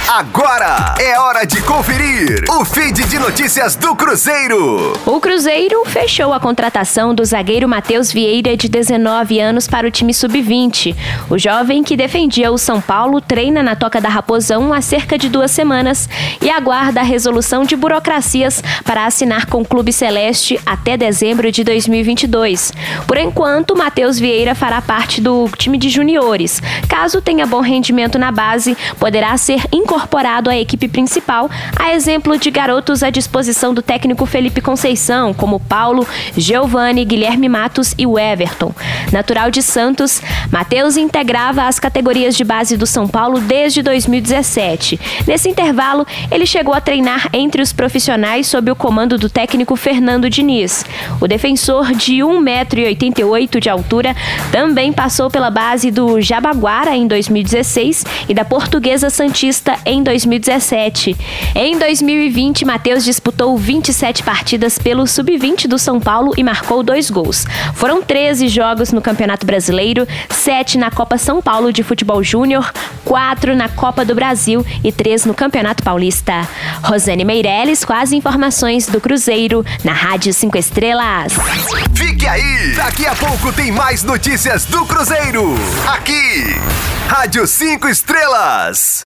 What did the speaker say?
Agora é hora de conferir o feed de notícias do Cruzeiro. O Cruzeiro fechou a contratação do zagueiro Matheus Vieira, de 19 anos, para o time sub-20. O jovem, que defendia o São Paulo, treina na Toca da Raposão há cerca de 2 semanas e aguarda a resolução de burocracias para assinar com o Clube Celeste até dezembro de 2022. Por enquanto, Matheus Vieira fará parte do time de juniores. Caso tenha bom rendimento na base, poderá ser incorporado à equipe principal, a exemplo de garotos à disposição do técnico Felipe Conceição, como Paulo, Giovani, Guilherme Matos e o Everton. Natural de Santos, Matheus integrava as categorias de base do São Paulo desde 2017. Nesse intervalo, ele chegou a treinar entre os profissionais sob o comando do técnico Fernando Diniz. O defensor, de 1,88 m de altura, também passou pela base do Jabaquara em 2016 e da Portuguesa Santista em 2017. Em 2020, Matheus disputou 27 partidas pelo Sub-20 do São Paulo e marcou 2 gols. Foram 13 jogos no Campeonato Brasileiro, 7 na Copa São Paulo de Futebol Júnior, 4 na Copa do Brasil e 3 no Campeonato Paulista. Rosane Meirelles com as informações do Cruzeiro na Rádio 5 Estrelas. Fique aí! Daqui a pouco tem mais notícias do Cruzeiro. Aqui, Rádio 5 Estrelas.